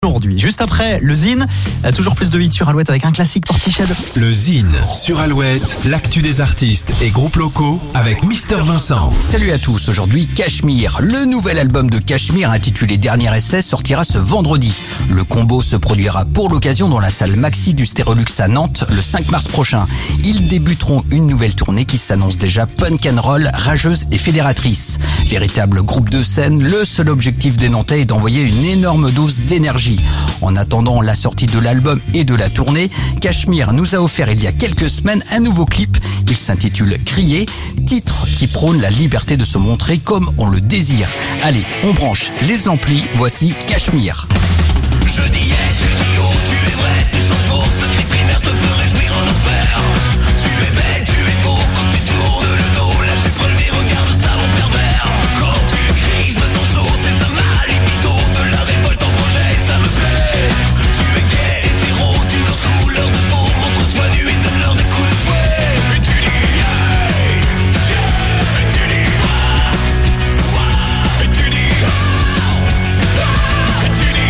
Aujourd'hui, juste après le Zine, toujours plus de hits sur Alouette avec un classique Portiched. Le Zine sur Alouette, l'actu des artistes et groupes locaux avec Mister Vincent. Salut à tous, aujourd'hui Cachemire. Le nouvel album de Cachemire intitulé Dernier Essai sortira ce vendredi. Le combo se produira pour l'occasion dans la salle Maxi du Stérolux à Nantes le 5 mars prochain. Ils débuteront une nouvelle tournée qui s'annonce déjà punk and roll, rageuse et fédératrice. Véritable groupe de scène, le seul objectif des Nantais est d'envoyer une énorme dose d'énergie. En attendant la sortie de l'album et de la tournée, Cachemire nous a offert il y a quelques semaines un nouveau clip. Il s'intitule Crier, titre qui prône la liberté de se montrer comme on le désire. Allez, on branche les amplis, voici Cachemire. Je dis tu dis oh, tu es vrai, tes choses fausses, ce cri primaire te ferait jouir en enfer. Tu es belle, tu es beau, quand tu tournes le dos, la jupe relevée, regarde ça mon pervers. Quand tu cries, je me sens chaud, c'est ça ma libido, de la révolte en projet, ça me plaît. Tu es gay, hétéro, d'une autre couleur de peau, montre-toi nu et donne-leur des coups de fouet. Et tu dis yeah, yeah, et tu dis wah, wah, et tu dis oh, oh, et tu dis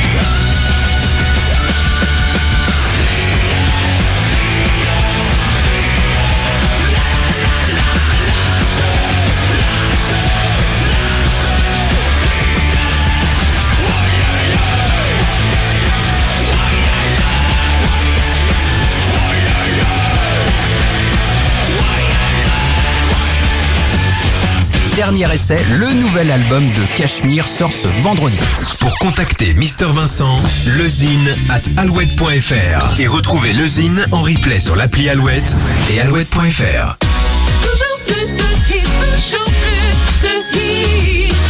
Dernier Essai, le nouvel album de Cachemire sort ce vendredi. Pour contacter Mister Vincent, lezine@alouette.fr et retrouver le Zine en replay sur l'appli Alouette et alouette.fr. Toujours plus de hits, toujours plus de hits.